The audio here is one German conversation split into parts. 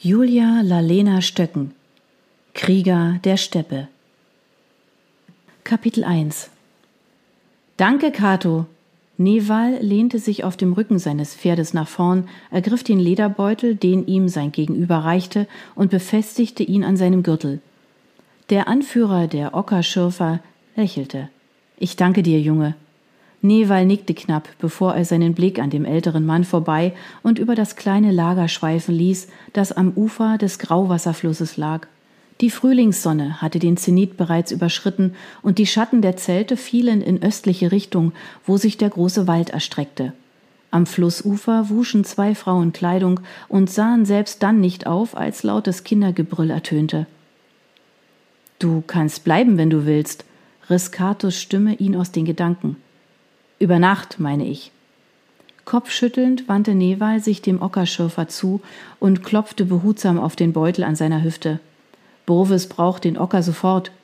Julia Lalena Stöcken, Krieger der Steppe. Kapitel 1. »Danke, Kato!« Newal lehnte sich auf dem Rücken seines Pferdes nach vorn, ergriff den Lederbeutel, den ihm sein Gegenüber reichte, und befestigte ihn an seinem Gürtel. Der Anführer der Okerschürfer lächelte. »Ich danke dir, Junge.« Newal nickte knapp, bevor er seinen Blick an dem älteren Mann vorbei und über das kleine Lager schweifen ließ, das am Ufer des Grauwasserflusses lag. Die Frühlingssonne hatte den Zenit bereits überschritten und die Schatten der Zelte fielen in östliche Richtung, wo sich der große Wald erstreckte. Am Flussufer wuschen 2 Frauen Kleidung und sahen selbst dann nicht auf, als lautes Kindergebrüll ertönte. »Du kannst bleiben, wenn du willst«, riss Katos Stimme ihn aus den Gedanken. »Über Nacht, meine ich.« Kopfschüttelnd wandte Newal sich dem Okerschürfer zu und klopfte behutsam auf den Beutel an seiner Hüfte. »Bovis braucht den Oker sofort.«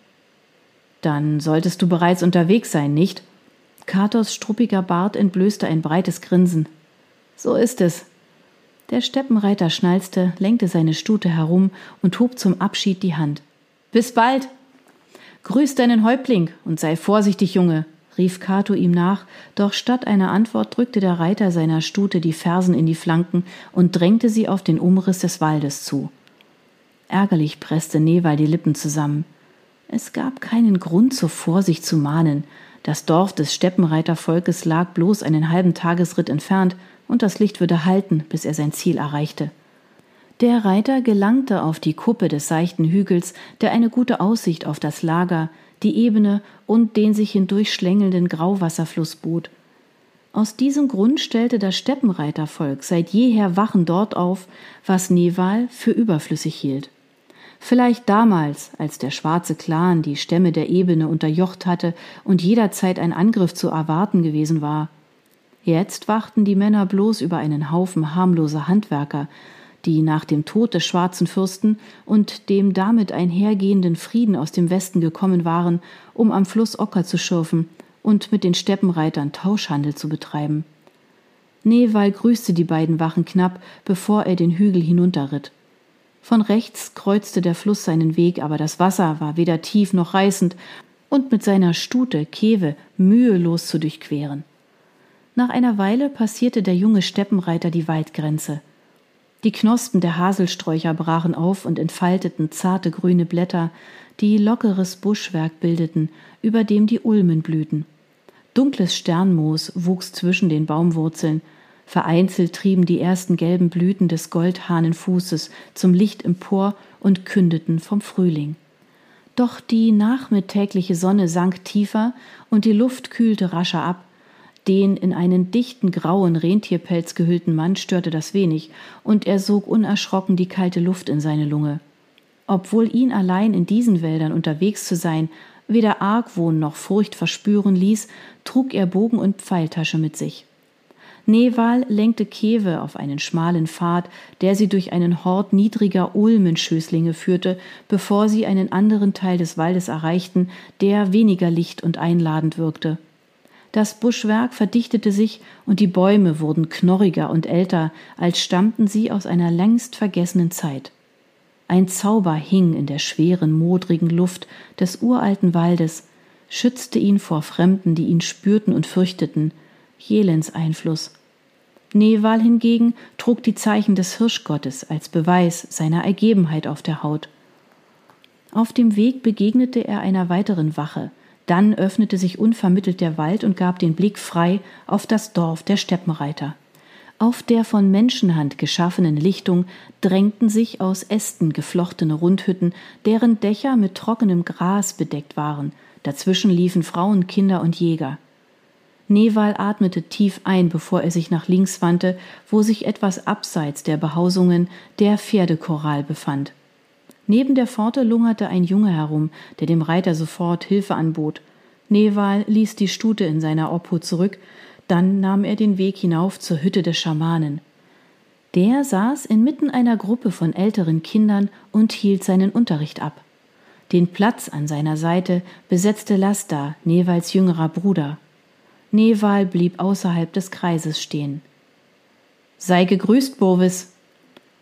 »Dann solltest du bereits unterwegs sein, nicht?« Katos struppiger Bart entblößte ein breites Grinsen. »So ist es.« Der Steppenreiter schnalzte, lenkte seine Stute herum und hob zum Abschied die Hand. »Bis bald!« »Grüß deinen Häuptling und sei vorsichtig, Junge«, rief Kato ihm nach, doch statt einer Antwort drückte der Reiter seiner Stute die Fersen in die Flanken und drängte sie auf den Umriss des Waldes zu. Ärgerlich presste Newal die Lippen zusammen. Es gab keinen Grund zur Vorsicht zu mahnen. Das Dorf des Steppenreitervolkes lag bloß einen halben Tagesritt entfernt, und das Licht würde halten, bis er sein Ziel erreichte. Der Reiter gelangte auf die Kuppe des seichten Hügels, der eine gute Aussicht auf das Lager, die Ebene und den sich hindurchschlängelnden Grauwasserfluss bot. Aus diesem Grund stellte das Steppenreitervolk seit jeher Wachen dort auf, was Newal für überflüssig hielt. Vielleicht damals, als der schwarze Clan die Stämme der Ebene unterjocht hatte und jederzeit ein Angriff zu erwarten gewesen war. Jetzt wachten die Männer bloß über einen Haufen harmloser Handwerker, die nach dem Tod des schwarzen Fürsten und dem damit einhergehenden Frieden aus dem Westen gekommen waren, um am Fluss Oker zu schürfen und mit den Steppenreitern Tauschhandel zu betreiben. Newal grüßte die beiden Wachen knapp, bevor er den Hügel hinunterritt. Von rechts kreuzte der Fluss seinen Weg, aber das Wasser war weder tief noch reißend und mit seiner Stute Kewe mühelos zu durchqueren. Nach einer Weile passierte der junge Steppenreiter die Waldgrenze. Die Knospen der Haselsträucher brachen auf und entfalteten zarte grüne Blätter, die lockeres Buschwerk bildeten, über dem die Ulmen blühten. Dunkles Sternmoos wuchs zwischen den Baumwurzeln, vereinzelt trieben die ersten gelben Blüten des Goldhahnenfußes zum Licht empor und kündeten vom Frühling. Doch die nachmittägliche Sonne sank tiefer und die Luft kühlte rascher ab. Den in einen dichten grauen Rentierpelz gehüllten Mann störte das wenig, und er sog unerschrocken die kalte Luft in seine Lunge. Obwohl ihn allein in diesen Wäldern unterwegs zu sein weder Argwohn noch Furcht verspüren ließ, trug er Bogen und Pfeiltasche mit sich. Newal lenkte Kewe auf einen schmalen Pfad, der sie durch einen Hort niedriger Ulmenschößlinge führte, bevor sie einen anderen Teil des Waldes erreichten, der weniger licht und einladend wirkte. Das Buschwerk verdichtete sich und die Bäume wurden knorriger und älter, als stammten sie aus einer längst vergessenen Zeit. Ein Zauber hing in der schweren, modrigen Luft des uralten Waldes, schützte ihn vor Fremden, die ihn spürten und fürchteten, Jelens Einfluss. Newal hingegen trug die Zeichen des Hirschgottes als Beweis seiner Ergebenheit auf der Haut. Auf dem Weg begegnete er einer weiteren Wache. Dann öffnete sich unvermittelt der Wald und gab den Blick frei auf das Dorf der Steppenreiter. Auf der von Menschenhand geschaffenen Lichtung drängten sich aus Ästen geflochtene Rundhütten, deren Dächer mit trockenem Gras bedeckt waren. Dazwischen liefen Frauen, Kinder und Jäger. Newal atmete tief ein, bevor er sich nach links wandte, wo sich etwas abseits der Behausungen der Pferdekorral befand. Neben der Pforte lungerte ein Junge herum, der dem Reiter sofort Hilfe anbot. Newal ließ die Stute in seiner Obhut zurück, dann nahm er den Weg hinauf zur Hütte des Schamanen. Der saß inmitten einer Gruppe von älteren Kindern und hielt seinen Unterricht ab. Den Platz an seiner Seite besetzte Lasta, Newals jüngerer Bruder. Newal blieb außerhalb des Kreises stehen. »Sei gegrüßt, Bovis!«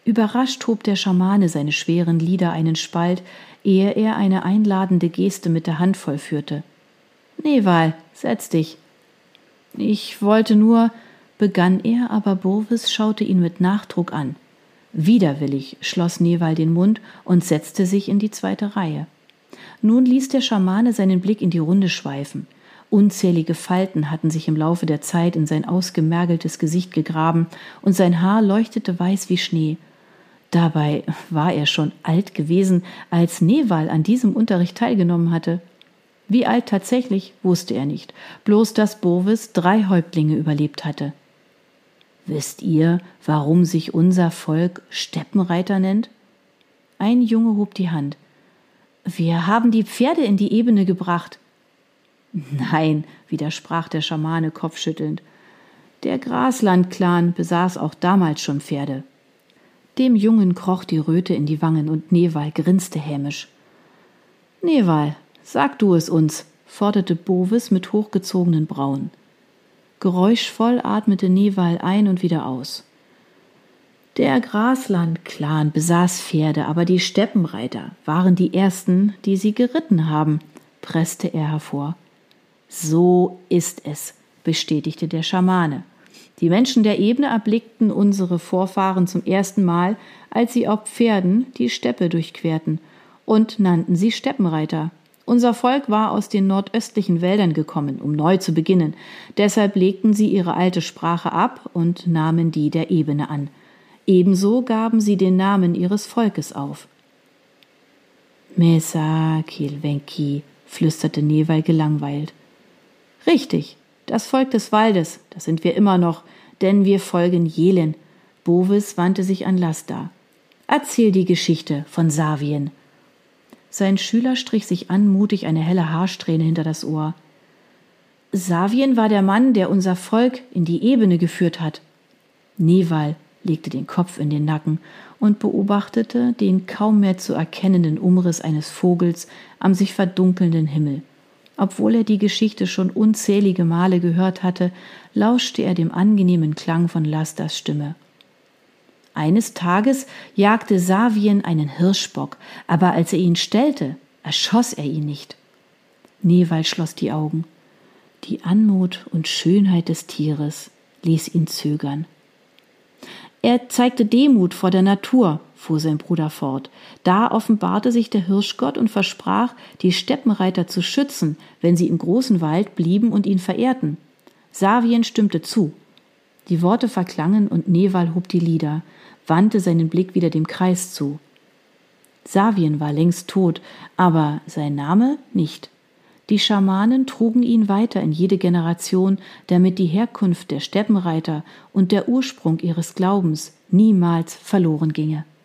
Überrascht hob der Schamane seine schweren Lider einen Spalt, ehe er eine einladende Geste mit der Hand vollführte. »Newal, setz dich.« »Ich wollte nur«, begann er, aber Bovis schaute ihn mit Nachdruck an. Widerwillig schloss Newal den Mund und setzte sich in die zweite Reihe. Nun ließ der Schamane seinen Blick in die Runde schweifen. Unzählige Falten hatten sich im Laufe der Zeit in sein ausgemergeltes Gesicht gegraben, und sein Haar leuchtete weiß wie Schnee. Dabei war er schon alt gewesen, als Newal an diesem Unterricht teilgenommen hatte. Wie alt tatsächlich, wusste er nicht, bloß dass Bovis 3 Häuptlinge überlebt hatte. »Wisst ihr, warum sich unser Volk Steppenreiter nennt?« Ein Junge hob die Hand. »Wir haben die Pferde in die Ebene gebracht.« »Nein«, widersprach der Schamane kopfschüttelnd. »Der Grasland-Clan besaß auch damals schon Pferde.« Dem Jungen kroch die Röte in die Wangen und Newal grinste hämisch. »Newal, sag du es uns«, forderte Bovis mit hochgezogenen Brauen. Geräuschvoll atmete Newal ein und wieder aus. Der Grasland-Clan besaß Pferde, aber die Steppenreiter waren die ersten, die sie geritten haben, presste er hervor. »So ist es«, bestätigte der Schamane. »Die Menschen der Ebene erblickten unsere Vorfahren zum ersten Mal, als sie auf Pferden die Steppe durchquerten, und nannten sie Steppenreiter. Unser Volk war aus den nordöstlichen Wäldern gekommen, um neu zu beginnen. Deshalb legten sie ihre alte Sprache ab und nahmen die der Ebene an. Ebenso gaben sie den Namen ihres Volkes auf.« »Mesa Kilvenki«, flüsterte Newal gelangweilt. »Richtig, das Volk des Waldes, das sind wir immer noch, denn wir folgen Jelen.« Bovis wandte sich an Lasta. »Erzähl die Geschichte von Savien.« Sein Schüler strich sich anmutig eine helle Haarsträhne hinter das Ohr. »Savien war der Mann, der unser Volk in die Ebene geführt hat.« Newal legte den Kopf in den Nacken und beobachtete den kaum mehr zu erkennenden Umriss eines Vogels am sich verdunkelnden Himmel. Obwohl er die Geschichte schon unzählige Male gehört hatte, lauschte er dem angenehmen Klang von Lastas Stimme. Eines Tages jagte Savien einen Hirschbock, aber als er ihn stellte, erschoss er ihn nicht. Newal schloss die Augen. Die Anmut und Schönheit des Tieres ließ ihn zögern. Er zeigte Demut vor der Natur, fuhr sein Bruder fort. Da offenbarte sich der Hirschgott und versprach, die Steppenreiter zu schützen, wenn sie im großen Wald blieben und ihn verehrten. Savien stimmte zu. Die Worte verklangen und Newal hob die Lider, wandte seinen Blick wieder dem Kreis zu. Savien war längst tot, aber sein Name nicht. Die Schamanen trugen ihn weiter in jede Generation, damit die Herkunft der Steppenreiter und der Ursprung ihres Glaubens niemals verloren ginge.